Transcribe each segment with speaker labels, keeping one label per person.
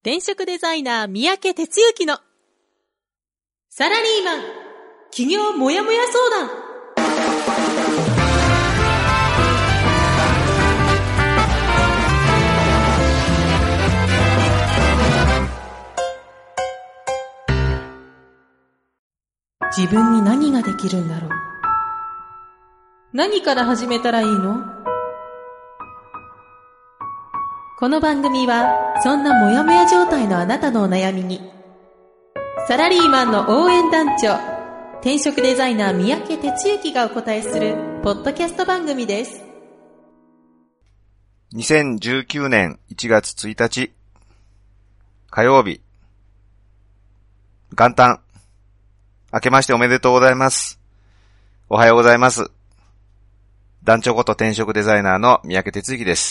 Speaker 1: 転職デザイナー三宅哲之のサラリーマン企業もやもや相談。自分に何ができるんだろう。何から始めたらいいの？この番組はそんなモヤモヤ状態のあなたのお悩みにサラリーマンの応援団長、転職デザイナー三宅哲之がお答えするポッドキャスト番組です。
Speaker 2: 2019年1月1日火曜日、元旦明けましておめでとうございます。おはようございます。団長こと転職デザイナーの三宅哲之です。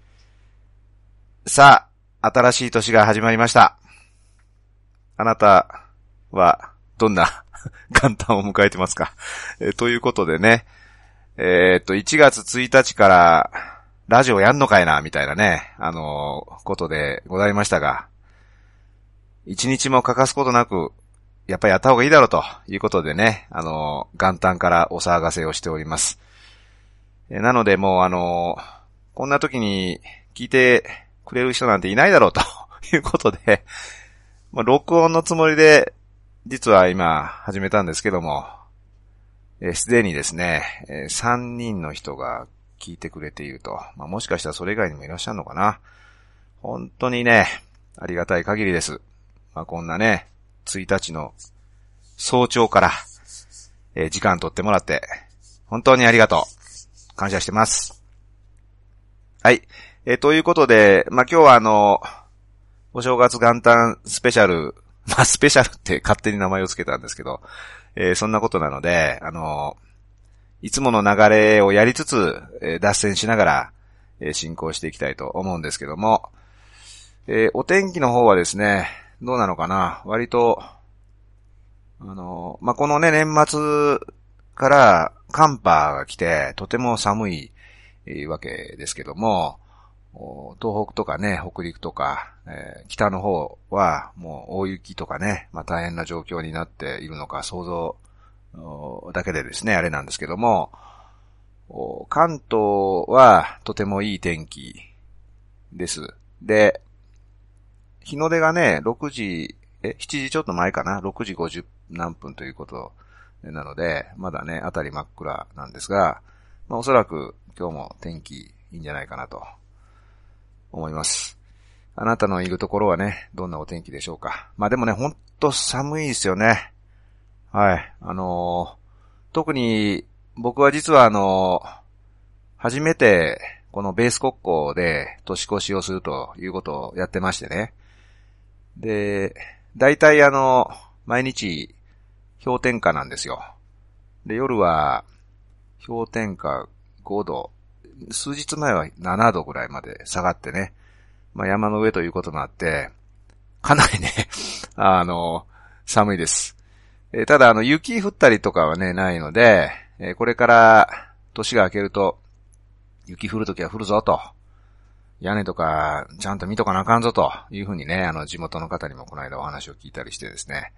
Speaker 2: さあ、新しい年が始まりました。あなたはどんな元旦を迎えてますか？ということでね、1月1日からラジオやんのかいなみたいなね、ことでございましたが、一日も欠かすことなくやっぱりやった方がいいだろうということでね、元旦からお騒がせをしております。なのでもうこんな時に聞いてくれる人なんていないだろうということで、録音のつもりで実は今始めたんですけども、すでにですね、3人の人が聞いてくれていると。もしかしたらそれ以外にもいらっしゃるのかな。本当にね、ありがたい限りです。こんなね、1日の早朝から、時間取ってもらって、本当にありがとう。感謝してます。はい。ということで、今日はお正月元旦スペシャル、スペシャルって勝手に名前をつけたんですけど、そんなことなので、いつもの流れをやりつつ、脱線しながら、進行していきたいと思うんですけども、お天気の方はですね、どうなのかな？割と、このね、年末から寒波が来て、とても寒い、わけですけども、東北とかね、北陸とか、北の方はもう大雪とかね、大変な状況になっているのか想像だけでですね、あれなんですけども、関東はとてもいい天気です。で、日の出がね、7時ちょっと前かな、6時50何分ということなので、まだね、あたり真っ暗なんですが、おそらく今日も天気いいんじゃないかなと思います。あなたのいるところはね、どんなお天気でしょうか。でもね、ほんと寒いですよね。はい。特に僕は実は初めてこのベース国交で年越しをするということをやってましてね。で、大体毎日氷点下なんですよ。で、夜は氷点下5度、数日前は7度ぐらいまで下がってね、山の上ということもあって、かなりね、寒いです。ただ雪降ったりとかはね、ないので、これから年が明けると、雪降るときは降るぞと、屋根とかちゃんと見とかなあかんぞというふうにね、地元の方にもこの間お話を聞いたりしてですね、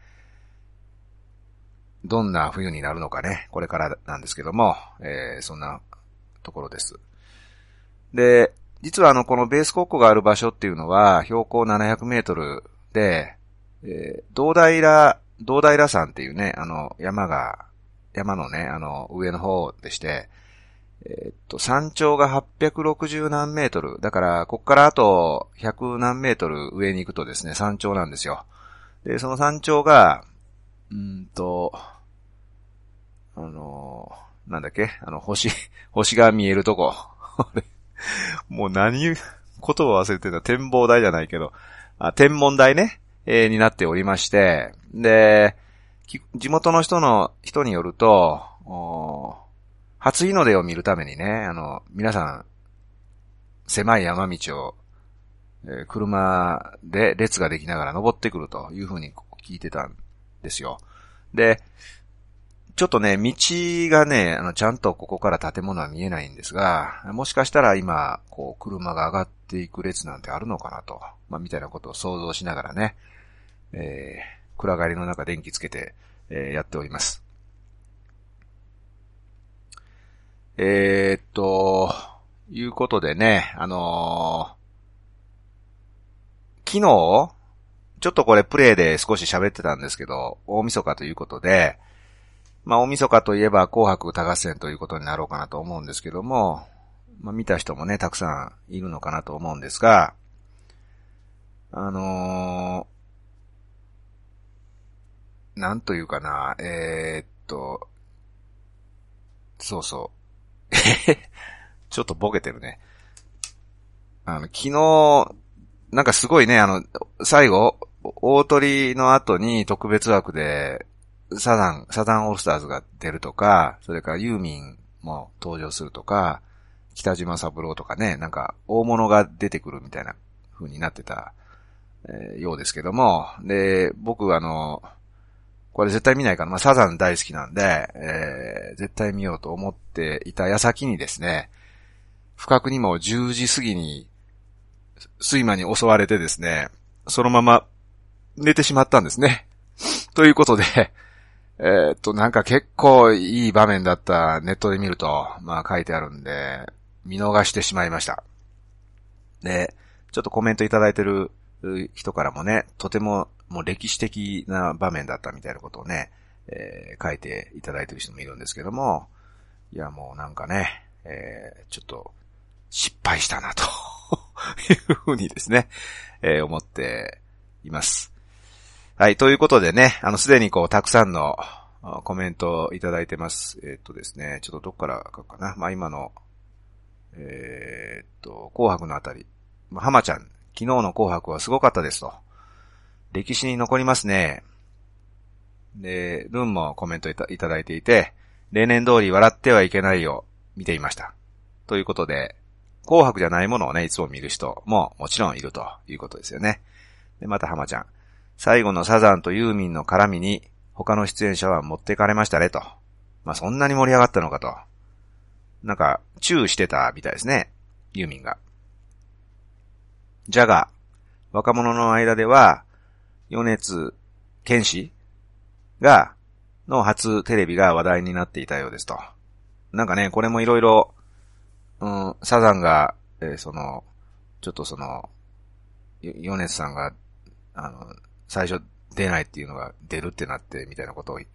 Speaker 2: どんな冬になるのかね、これからなんですけども、そんなところです。で、実はこのベース国庫がある場所っていうのは標高700メートルで、堂平山っていうね、山のね、上の方でして、山頂が860何メートル。だから、こっからあと100何メートル上に行くとですね、山頂なんですよ。で、その山頂が、なんだっけ？星が見えるとこ。もう言葉忘れてた。展望台じゃないけど、天文台ね、になっておりまして、で、地元の人によると、初日の出を見るためにね、皆さん、狭い山道を、車で列ができながら登ってくるというふうに聞いてたんですよ。で、ちょっとね、道がね、ちゃんとここから建物は見えないんですが、もしかしたら今、車が上がっっていく列なんてあるのかなと、みたいなことを想像しながらね、暗がりの中電気つけて、やっております。いうことでね、昨日、ちょっとこれプレイで少し喋ってたんですけど、大晦日ということで、大晦日といえば紅白歌合戦ということになろうかなと思うんですけども、見た人もね、たくさんいるのかなと思うんですが、なんというかな、そうそう。ちょっとボケてるね。昨日、なんかすごいね、最後、大鳥の後に特別枠で、サザンオールスターズが出るとか、それからユーミンも登場するとか、北島三郎とかね、なんか大物が出てくるみたいな風になってた、ようですけども、で、僕これ絶対見ないから、サザン大好きなんで、絶対見ようと思っていた矢先にですね、不覚にも10時過ぎに睡魔に襲われてですね、そのまま寝てしまったんですね。ということで、なんか結構いい場面だったネットで見ると、書いてあるんで、見逃してしまいました。で、ちょっとコメントいただいてる人からもね、とてももう歴史的な場面だったみたいなことをね、書いていただいてる人もいるんですけども、いやもうなんかね、ちょっと失敗したなというふうにですね、思っています。はい、ということでね、すでにたくさんのコメントをいただいてます。ですね、ちょっとどっから書くかな。今の、紅白のあたり。浜ちゃん、昨日の紅白はすごかったですと。歴史に残りますね。で、ルンもコメントいただいていて、例年通り笑ってはいけないよ、見ていました。ということで、紅白じゃないものをね、いつも見る人ももちろんいるということですよね。で、また浜ちゃん。最後のサザンとユーミンの絡みに他の出演者は持ってかれましたねと。そんなに盛り上がったのかと。なんか、チューしてたみたいですね。ユーミンが。ジャガー。若者の間では、米津玄師の初テレビが話題になっていたようですと。なんかね、これもいろいろ、サザンが、ちょっと米津さんが、最初出ないっていうのが出るってなってみたいなことを、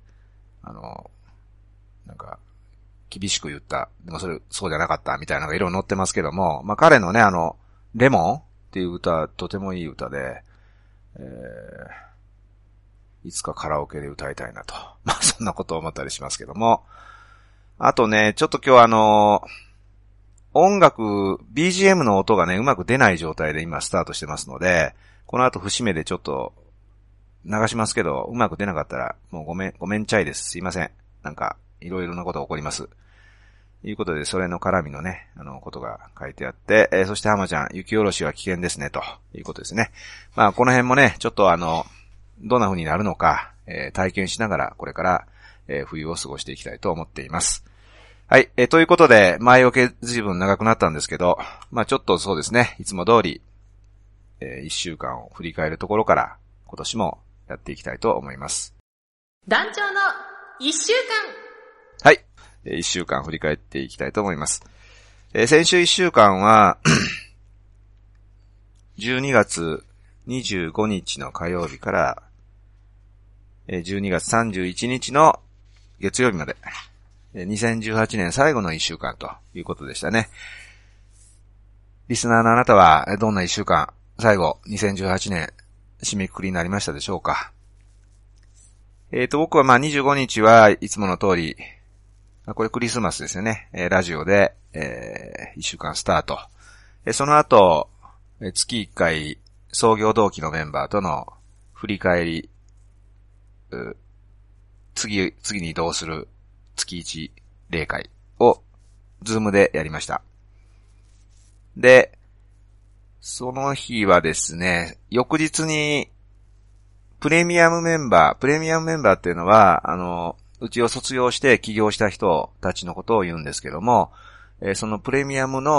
Speaker 2: なんか、厳しく言った。でもそうじゃなかったみたいなのがいろいろ載ってますけども、彼のね、レモンっていう歌、とてもいい歌で、いつかカラオケで歌いたいなと。そんなことを思ったりしますけども。あとね、ちょっと今日音楽、BGM の音がね、うまく出ない状態で今スタートしてますので、この後節目でちょっと流しますけど、うまく出なかったら、もうごめんちゃいです。すいません。なんか、いろいろなことが起こります。ということで、それの絡みのね、ことが書いてあって、そして浜ちゃん、雪下ろしは危険ですね、ということですね。この辺もね、ちょっとどんな風になるのか、体験しながら、これから、冬を過ごしていきたいと思っています。はい、ということで、前置き随分長くなったんですけど、ちょっとそうですね、いつも通り、1週間を振り返るところから、今年もやっていきたいと思います。
Speaker 1: 団長の1週間。
Speaker 2: はい。1週間振り返っていきたいと思います。先週1週間は、12月25日の火曜日から、12月31日の月曜日まで、2018年最後の1週間ということでしたね。リスナーのあなたはどんな1週間、最後、2018年、締めくくりになりましたでしょうか。僕は25日はいつもの通り、これクリスマスですよね。ラジオで、1週間スタート。その後、月1回創業同期のメンバーとの振り返り、次にどうする月1例会をズームでやりました。で、その日はですね、翌日にプレミアムメンバーっていうのは、うちを卒業して起業した人たちのことを言うんですけども、そのプレミアムの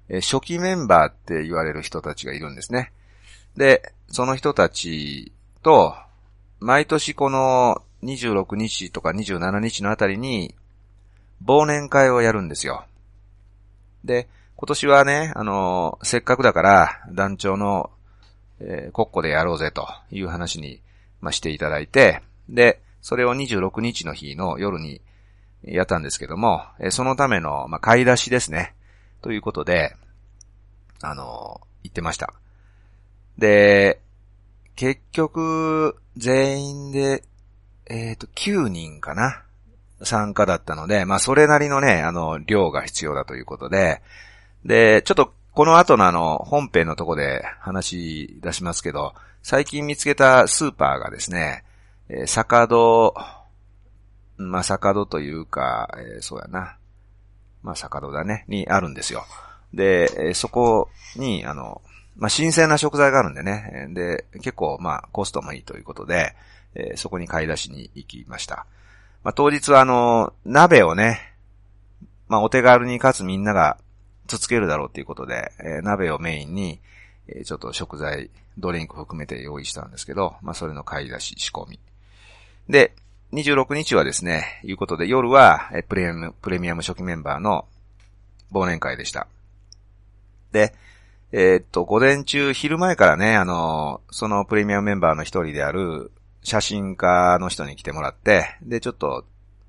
Speaker 2: 初期メンバーって言われる人たちがいるんですね。で、その人たちと、毎年この26日とか27日のあたりに、忘年会をやるんですよ。で、今年はね、せっかくだから、団長の、国庫でやろうぜという話に、していただいて、で、それを26日の日の夜にやったんですけども、そのための、買い出しですね。ということで、言ってました。で、結局、全員で、9人かな参加だったので、それなりのね、量が必要だということで、で、ちょっと、この後の本編のとこで話し出しますけど、最近見つけたスーパーがですね、坂戸、坂戸というか、そうやな。坂戸だね、にあるんですよ。で、そこに、新鮮な食材があるんでね。で、結構、コストもいいということで、そこに買い出しに行きました。当日は鍋をね、お手軽にかつみんながつつけるだろうということで、鍋をメインに、ちょっと食材、ドリンク含めて用意したんですけど、それの買い出し、仕込み。で、26日はですね、いうことで夜はプレミアム初期メンバーの忘年会でした。で、午前中、昼前からね、そのプレミアムメンバーの一人である写真家の人に来てもらって、で、ちょっと、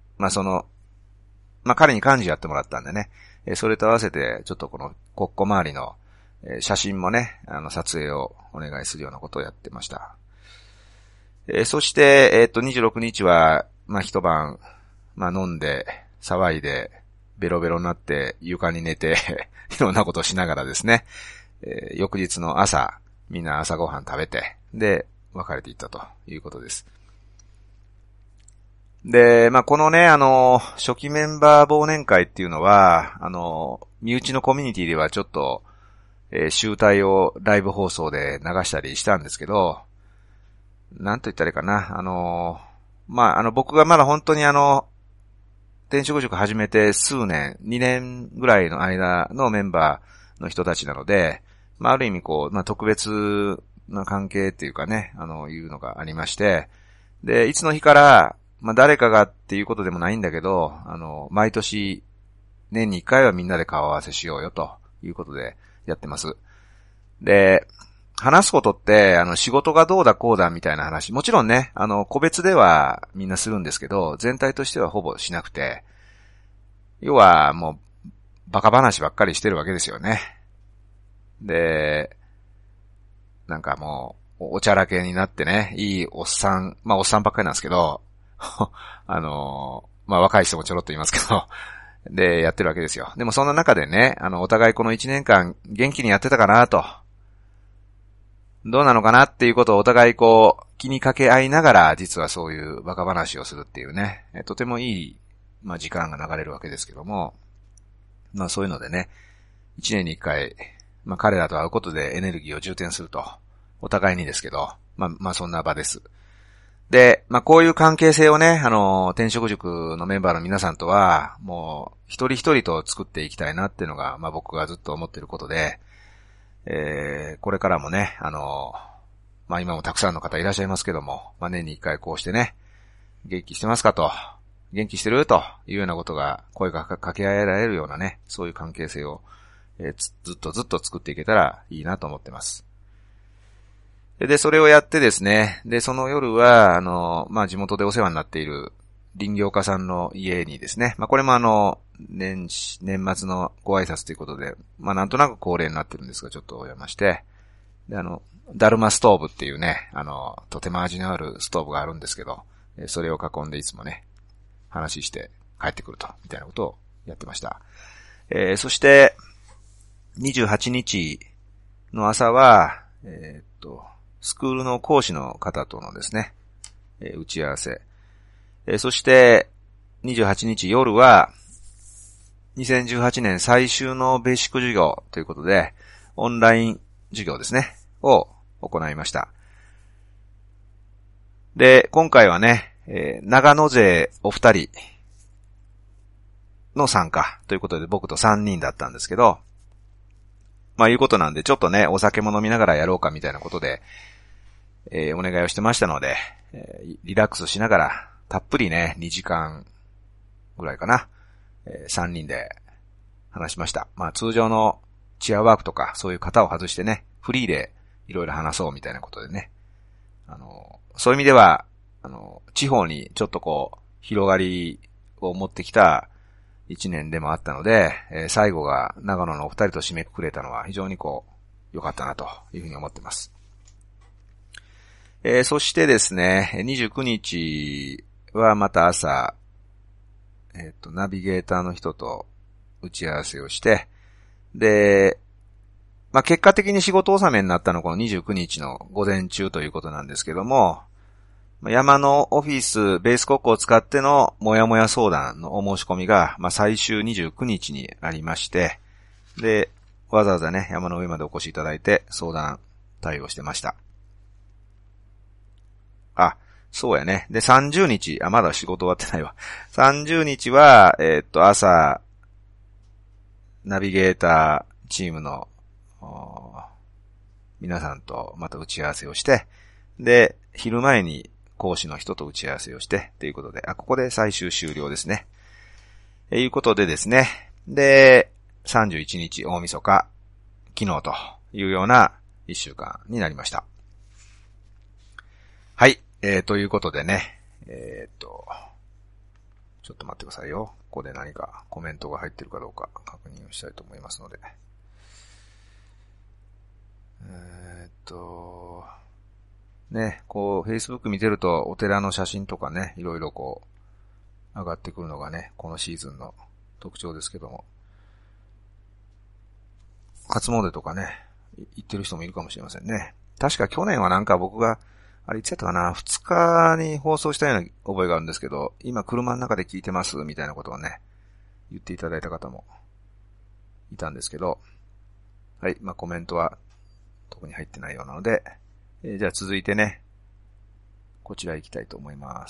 Speaker 2: 彼に幹事やってもらったんでね、それと合わせて、ちょっとこの国庫周りの写真もね、撮影をお願いするようなことをやってました。そして、26日は、一晩、飲んで、騒いで、ベロベロになって、床に寝て、いろんなことをしながらですね、翌日の朝、みんな朝ごはん食べて、で、別れていったということです。で、このね、初期メンバー忘年会っていうのは、身内のコミュニティではちょっと、集大をライブ放送で流したりしたんですけど、なんと言ったらいいかな。僕がまだ本当に転職塾始めて数年、2年ぐらいの間のメンバーの人たちなので、ある意味特別な関係っていうかね、いうのがありまして、で、いつの日から、誰かがっていうことでもないんだけど、毎年、年に1回はみんなで顔合わせしようよということでやってます。で、話すことって、仕事がどうだこうだみたいな話。もちろんね、個別ではみんなするんですけど、全体としてはほぼしなくて、要はもう、バカ話ばっかりしてるわけですよね。で、なんかもう、おちゃらけになってね、いいおっさん、おっさんばっかりなんですけど、若い人もちょろっと言いますけど、で、やってるわけですよ。でもそんな中でね、お互いこの1年間元気にやってたかなと。どうなのかなっていうことをお互い気にかけ合いながら、実はそういうバカ話をするっていうね、とてもいい、時間が流れるわけですけども、そういうのでね、1年に1回、彼らと会うことでエネルギーを充填すると。お互いにですけど、そんな場です。で、こういう関係性をね、転職塾のメンバーの皆さんとは、もう、一人一人と作っていきたいなっていうのが、僕がずっと思っていることで、これからもね、今もたくさんの方いらっしゃいますけども、年に一回こうしてね、元気してますかと、元気してるというようなことが、声が掛け合えられるようなね、そういう関係性を、ずっと作っていけたらいいなと思ってます。で、それをやってですね、で、その夜は、地元でお世話になっている林業家さんの家にですね、これも年末のご挨拶ということで、なんとなく恒例になってるんですが、ちょっとお邪魔して、で、ダルマストーブっていうね、とても味のあるストーブがあるんですけど、それを囲んでいつもね、話して帰ってくると、みたいなことをやってました。そして、28日の朝は、スクールの講師の方とのですね、打ち合わせ。そして、28日夜は、2018年最終のベーシック授業ということで、オンライン授業ですね、を行いました。で、今回はね、長野勢お二人の参加ということで僕と3人だったんですけど、 まあいうことなんで、ちょっとね、お酒も飲みながらやろうかみたいなことで、お願いをしてましたので、リラックスしながら、たっぷりね、2時間ぐらいかな、3人で話しました。まあ通常のチェアワークとか、そういう型を外してね、フリーでいろいろ話そうみたいなことでね。そういう意味では、地方にちょっとこう、広がりを持ってきた一年でもあったので、最後が長野のお二人と締めくくれたのは非常にこう、良かったなというふうに思ってます。そしてですね、29日はまた朝、ナビゲーターの人と打ち合わせをして、で、まあ、結果的に仕事納めになったのはこの29日の午前中ということなんですけども、山のオフィス、ベース国庫を使ってのもやもや相談のお申し込みが、まあ、最終29日にありまして、で、わざわざね、山の上までお越しいただいて相談対応してました。あ、そうやね。で、30日、まだ仕事終わってないわ。30日は、朝、ナビゲーターチームの、皆さんとまた打ち合わせをして、で、昼前に講師の人と打ち合わせをして、ということで、ここで最終終了ですね。いうことでですね。で、31日大晦日、昨日というような1週間になりました。はい。ということでね。ちょっと待ってくださいよ。ここで何かコメントが入ってるかどうか確認をしたいと思いますので。ね、こう、Facebook 見てるとお寺の写真とかね、いろいろこう、上がってくるのがね、このシーズンの特徴ですけども。初詣とかね、行ってる人もいるかもしれませんね。確か去年はなんか僕が、あれいつやったかな、2日に放送したような覚えがあるんですけど、今車の中で聞いてますみたいなことをね、言っていただいた方もいたんですけど、はい、まあコメントは特に入ってないようなので、じゃあ続いてね、こちら行きたいと思います。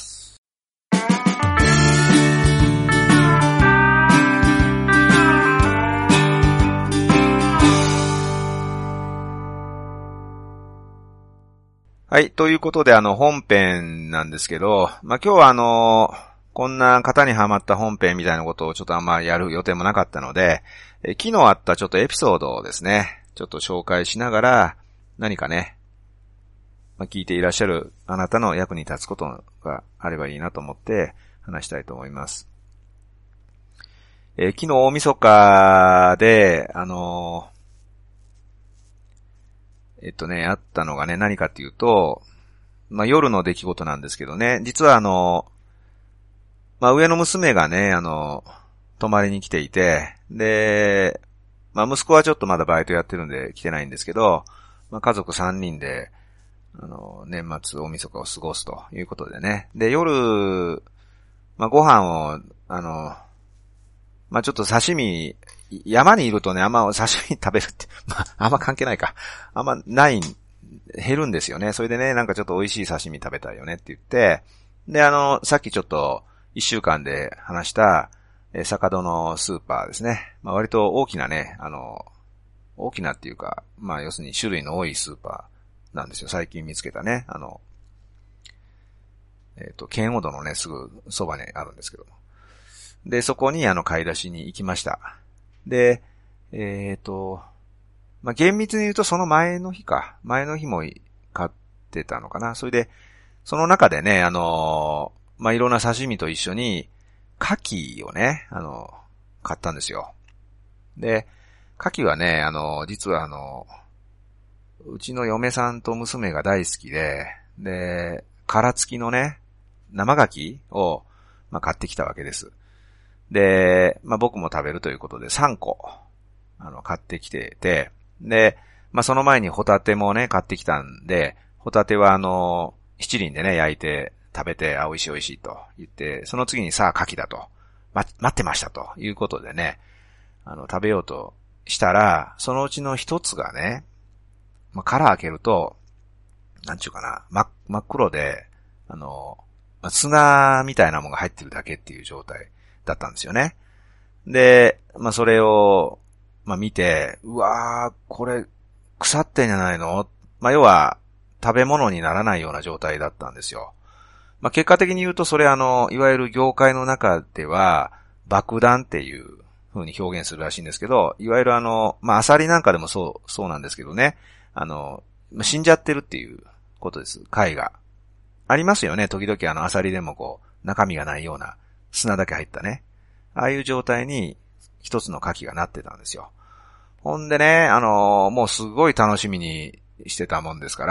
Speaker 2: はい。ということで、本編なんですけど、まあ、今日はこんな型にはまった本編みたいなことをちょっとあんまやる予定もなかったので、昨日あったちょっとエピソードをですね、ちょっと紹介しながら、何かね、まあ、聞いていらっしゃるあなたの役に立つことがあればいいなと思って話したいと思います。昨日大晦日で、あったのがね、何かっていうと、まあ、夜の出来事なんですけどね、実はまあ、上の娘がね、泊まりに来ていて、で、まあ、息子はちょっとまだバイトやってるんで来てないんですけど、まあ、家族3人で、年末大晦日を過ごすということでね。で、夜、まあ、ご飯を、まあ、ちょっと刺身、山にいるとね、あんま刺身食べるって、まあ、あんま関係ないか。あんま減るんですよね。それでね、なんかちょっと美味しい刺身食べたいよねって言って、で、さっきちょっと、1週間で話した、坂戸のスーパーですね。まあ、割と大きなね、大きなっていうか、まあ、要するに種類の多いスーパーなんですよ。最近見つけたね。圏央道のね、すぐそばにあるんですけど。で、そこに買い出しに行きました。で、まあ、厳密に言うとその前の日か。前の日も買ってたのかな。それで、その中でね、まあ、いろんな刺身と一緒に、牡蠣をね、買ったんですよ。で、牡蠣はね、実はうちの嫁さんと娘が大好きで、で、殻付きのね、生牡蠣を、まあ、買ってきたわけです。で、まあ、僕も食べるということで3個、買ってきてて、で、まあ、その前にホタテもね、買ってきたんで、ホタテは七輪でね、焼いて食べて、美味しい美味しいと言って、その次にさあ牡蠣だと、待ってましたということでね、食べようとしたら、そのうちの一つがね、まあ、殻開けると、なんちゅうかな、真っ黒で、砂みたいなものが入ってるだけっていう状態だったんですよね。で、まあ、それを、 見て、うわー、これ、腐ってんじゃないの？要は、食べ物にならないような状態だったんですよ。結果的に言うと、それいわゆる業界の中では、爆弾っていう風に表現するらしいんですけど、いわゆるアサリなんかでもそうなんですけどね、死んじゃってるっていうことです。貝が。ありますよね、時々アサリでも中身がないような砂だけ入ったね。ああいう状態に一つの牡蠣がなってたんですよ。ほんでね、もうすごい楽しみにしてたもんですから、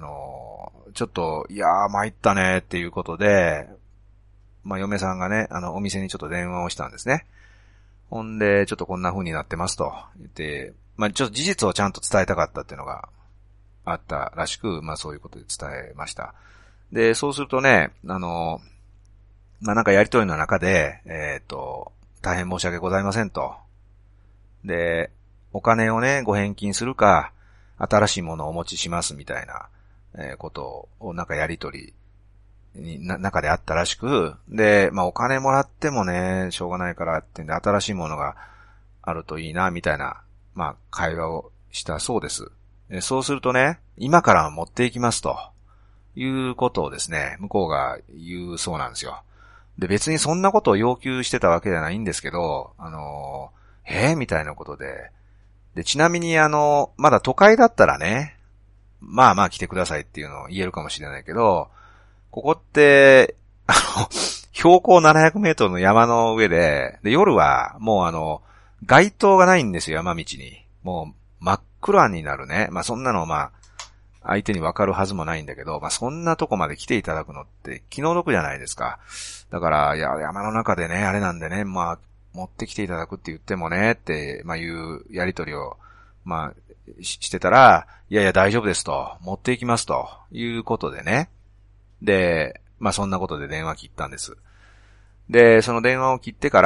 Speaker 2: ちょっと、いやー参ったねっていうことで、嫁さんがね、お店にちょっと電話をしたんですね。ほんで、ちょっとこんな風になってますと言って、ちょっと事実をちゃんと伝えたかったっていうのがあったらしく、そういうことで伝えました。で、そうするとね、なんかやりとりの中で、大変申し訳ございませんと。で、お金をね、ご返金するか、新しいものをお持ちしますみたいな、ことをなんかやりとりに中であったらしく、で、お金もらってもね、しょうがないからってんで、新しいものがあるといいな、みたいな、会話をしたそうです。そうするとね、今から持っていきますと、いうことをですね、向こうが言うそうなんですよ。で、別にそんなことを要求してたわけじゃないんですけど、みたいなことで、ちなみにまだ都会だったらね、来てくださいっていうのを言えるかもしれないけど、ここって、標高700メートルの山の上で、夜はもう街灯がないんですよ、山道に。もう真っ暗になるね。そんなの相手にわかるはずもないんだけど、そんなとこまで来ていただくのって気の毒じゃないですか。だから、山の中でね、あれなんでね、持ってきていただくって言ってもね、って、いうやりとりを、してたら、いや大丈夫ですと、持っていきますと、いうことでね。で、そんなことで電話切ったんです。で、その電話を切ってから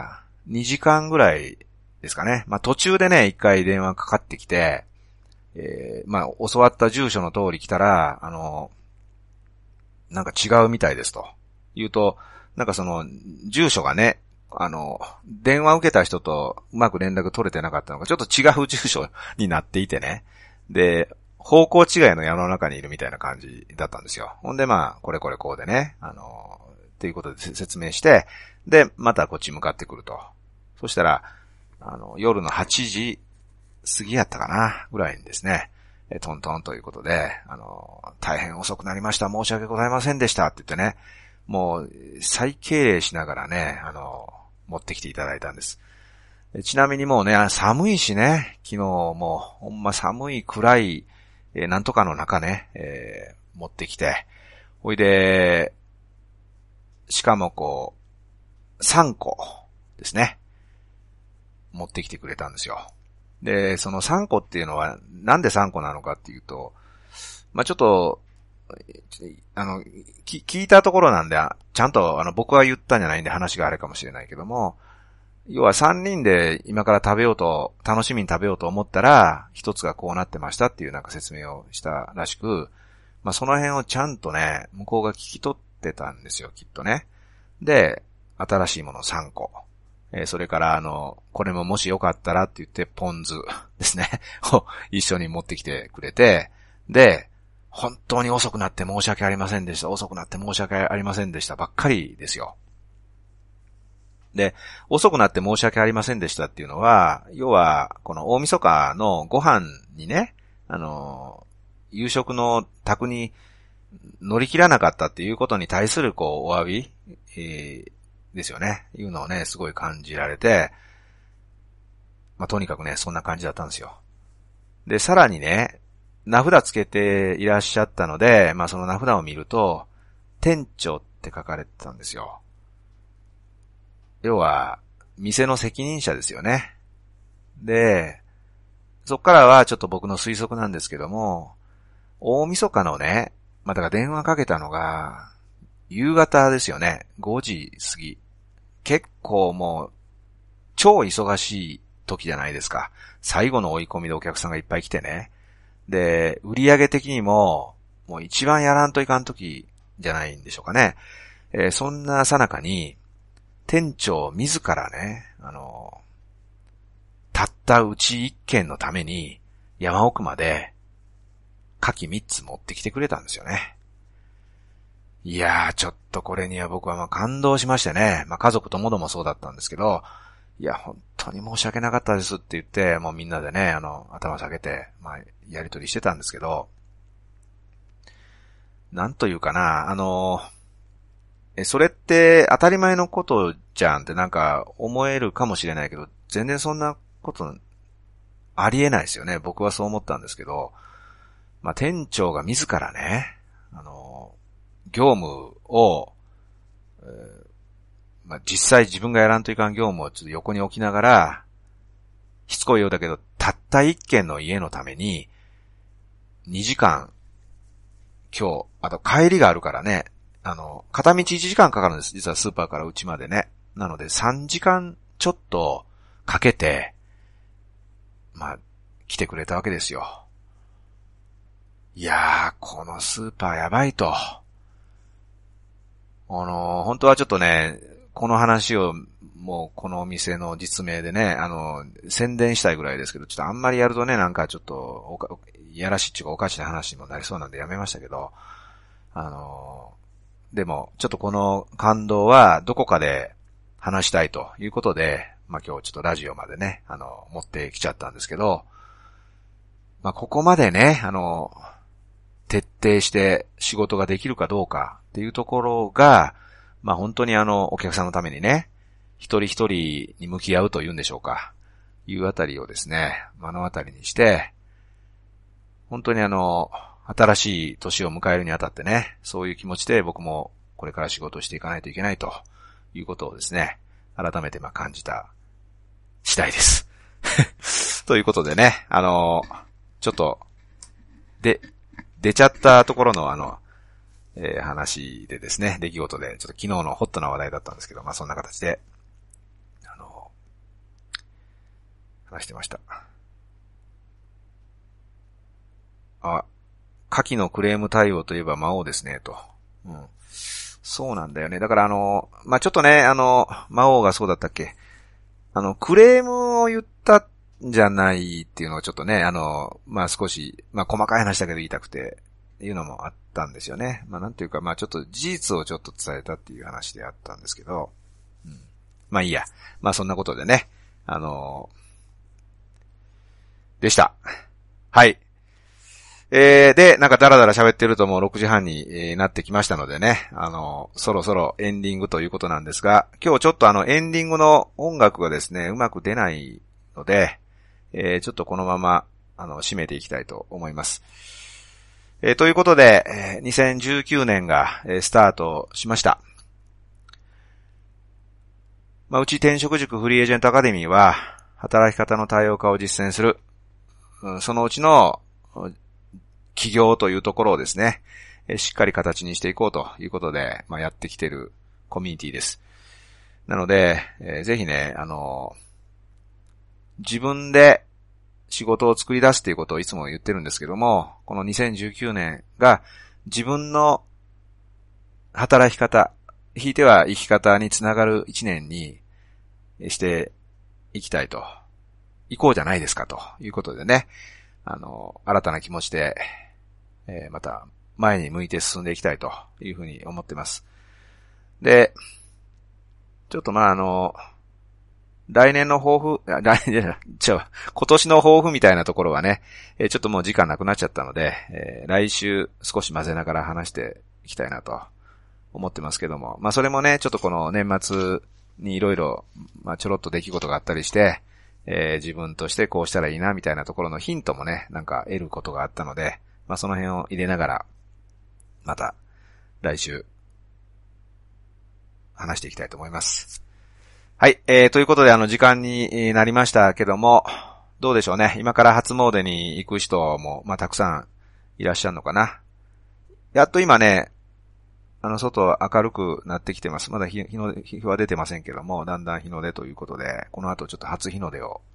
Speaker 2: 、2時間ぐらいですかね。途中でね、1回電話かかってきて、教わった住所の通り来たら、なんか違うみたいですと。言うと、なんかその、住所がね、電話受けた人とうまく連絡取れてなかったのが、ちょっと違う住所になっていてね。で、方向違いの山の中にいるみたいな感じだったんですよ。ほんでこれこうでね、っていうことで説明して、で、またこっち向かってくると。そしたら、夜の8時過ぎやったかな、ぐらいにですね、トントンということで、大変遅くなりました、申し訳ございませんでしたって言ってね、もう、再敬礼しながらね、持ってきていただいたんです。ちなみにもうね、寒いしね、昨日もほんま寒い暗い、なんとかの中ね、持ってきて、ほいで、しかも3個ですね、持ってきてくれたんですよ。で、その3個っていうのは、なんで3個なのかっていうと、ちょっと、聞いたところなんで、ちゃんと僕は言ったんじゃないんで話があれかもしれないけども、要は3人で今から楽しみに食べようと思ったら、一つがこうなってましたっていうなんか説明をしたらしく、その辺をちゃんとね、向こうが聞き取ってたんですよ、きっとね。で、新しいもの3個。それからこれももしよかったらって言ってポン酢ですね、を一緒に持ってきてくれて、で、本当に遅くなって申し訳ありませんでした。遅くなって申し訳ありませんでしたばっかりですよ。で、遅くなって申し訳ありませんでしたっていうのは、要は、この大晦日のご飯にね、夕食の宅に乗り切らなかったっていうことに対するお詫び、ですよね。いうのをね、すごい感じられて、とにかくね、そんな感じだったんですよ。で、さらにね、名札つけていらっしゃったので、その名札を見ると、店長って書かれてたんですよ。要は、店の責任者ですよね。で、そっからはちょっと僕の推測なんですけども、大晦日のね、だから電話かけたのが、夕方ですよね。5時過ぎ。結構もう、超忙しい時じゃないですか。最後の追い込みでお客さんがいっぱい来てね。で、売上的にも、もう一番やらんといかん時じゃないんでしょうかね。そんな最中に、店長自らね、 たったうち1軒のために山奥まで牡蠣3つ持ってきてくれたんですよね。いやー、ちょっとこれには僕は感動しましてね。家族ともどもそうだったんですけど、いや、本当に申し訳なかったですって言って、もうみんなでね、頭下げて、やりとりしてたんですけど、なんというかな、それって当たり前のことじゃんって思えるかもしれないけど、全然そんなことありえないですよね。僕はそう思ったんですけど、店長が自らね、業務を、実際自分がやらんといかん業務をちょっと横に置きながら、しつこいようだけど、たった一軒の家のために、2時間、今日、あと帰りがあるからね、片道1時間かかるんです。実はスーパーから家までね。なので3時間ちょっとかけて、来てくれたわけですよ。いやー、このスーパーやばいと。本当はちょっとね、この話をもうこのお店の実名でね、宣伝したいぐらいですけど、ちょっとあんまりやるとね、ちょっといやらしいっていうかおかしな話にもなりそうなんでやめましたけど、でも、ちょっとこの感動はどこかで話したいということで、今日ちょっとラジオまでね、持ってきちゃったんですけど、ここまでね、徹底して仕事ができるかどうかっていうところが、本当にお客さんのためにね、一人一人に向き合うというんでしょうか、いうあたりをですね、目の当たりにして、本当に新しい年を迎えるにあたってね、そういう気持ちで僕もこれから仕事をしていかないといけないということをですね、改めて感じた次第です。ということでね、ちょっと、出ちゃったところの話でですね、出来事で、ちょっと昨日のホットな話題だったんですけど、そんな形で、話してました。下記のクレーム対応といえば魔王ですね、と。うん。そうなんだよね。だからちょっとね、魔王がそうだったっけ。クレームを言ったんじゃないっていうのをちょっとね、少し、細かい話だけど言いたくて、いうのもあったんですよね。なんていうか、ちょっと事実をちょっと伝えたっていう話であったんですけど、うん。いいや。そんなことでね、でした。はい。で、だらだら喋ってるともう6時半になってきましたのでね、そろそろエンディングということなんですが、今日ちょっとエンディングの音楽がですね、うまく出ないので、ちょっとこのまま、締めていきたいと思います。ということで、2019年がスタートしました。うち転職塾フリーエージェントアカデミーは、働き方の多様化を実践する、そのうちの起業というところをですね、しっかり形にしていこうということで、やってきているコミュニティです。なので、ぜひね、自分で仕事を作り出すということをいつも言ってるんですけども、この2019年が自分の働き方、ひいては生き方につながる一年にしていきたいと、行こうじゃないですかということでね、新たな気持ちで、また前に向いて進んでいきたいというふうに思ってます。で、ちょっと来年の抱負、今年の抱負みたいなところはね、ちょっともう時間なくなっちゃったので、来週少し混ぜながら話していきたいなと思ってますけども、それもね、ちょっとこの年末にいろいろ、ちょろっと出来事があったりして、自分としてこうしたらいいなみたいなところのヒントもね、得ることがあったので、その辺を入れながら、また来週話していきたいと思います。はい、ということで時間になりましたけども、どうでしょうね。今から初詣に行く人もたくさんいらっしゃるのかな。やっと今ね、外明るくなってきてます。まだ日は出てませんけども、だんだん日の出ということで、この後ちょっと初日の出を、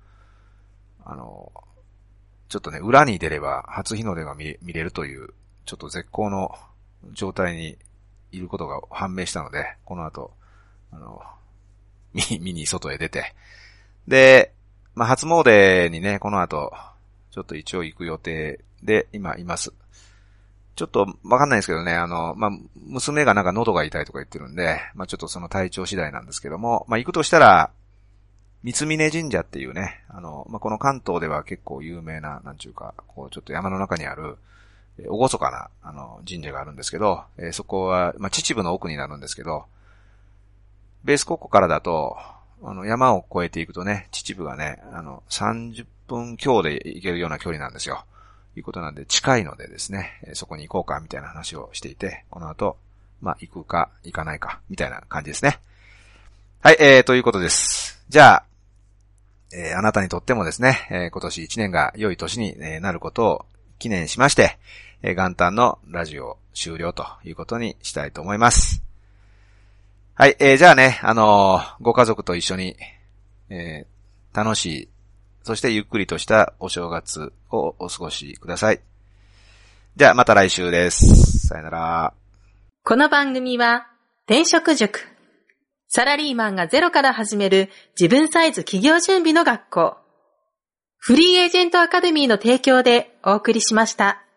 Speaker 2: ちょっとね、裏に出れば初日の出が見れるという、ちょっと絶好の状態にいることが判明したので、この後、見に外へ出て、で、 初詣にね、この後、ちょっと一応行く予定で今います。ちょっとわかんないですけどね、娘がなんか喉が痛いとか言ってるんで、ちょっとその体調次第なんですけども、行くとしたら、三峯神社っていうね、この関東では結構有名な、なんちゅうか、こうちょっと山の中にある、厳かな、神社があるんですけど、そこは、秩父の奥になるんですけど、ベース高校からだと、山を越えていくとね、秩父がね、30分強で行けるような距離なんですよ。いうことなんで、近いのでですね、そこに行こうか、みたいな話をしていて、この後、行くか、行かないか、みたいな感じですね。はい、ということです。じゃあ、あなたにとってもですね、今年1年が良い年になることを記念しまして、元旦のラジオ終了ということにしたいと思います。はい、じゃあね、ご家族と一緒に、楽しい、そしてゆっくりとしたお正月をお過ごしください。じゃあまた来週です。さよなら。
Speaker 1: この番組は、転職塾。サラリーマンがゼロから始める自分サイズ企業準備の学校。フリーエージェントアカデミーの提供でお送りしました。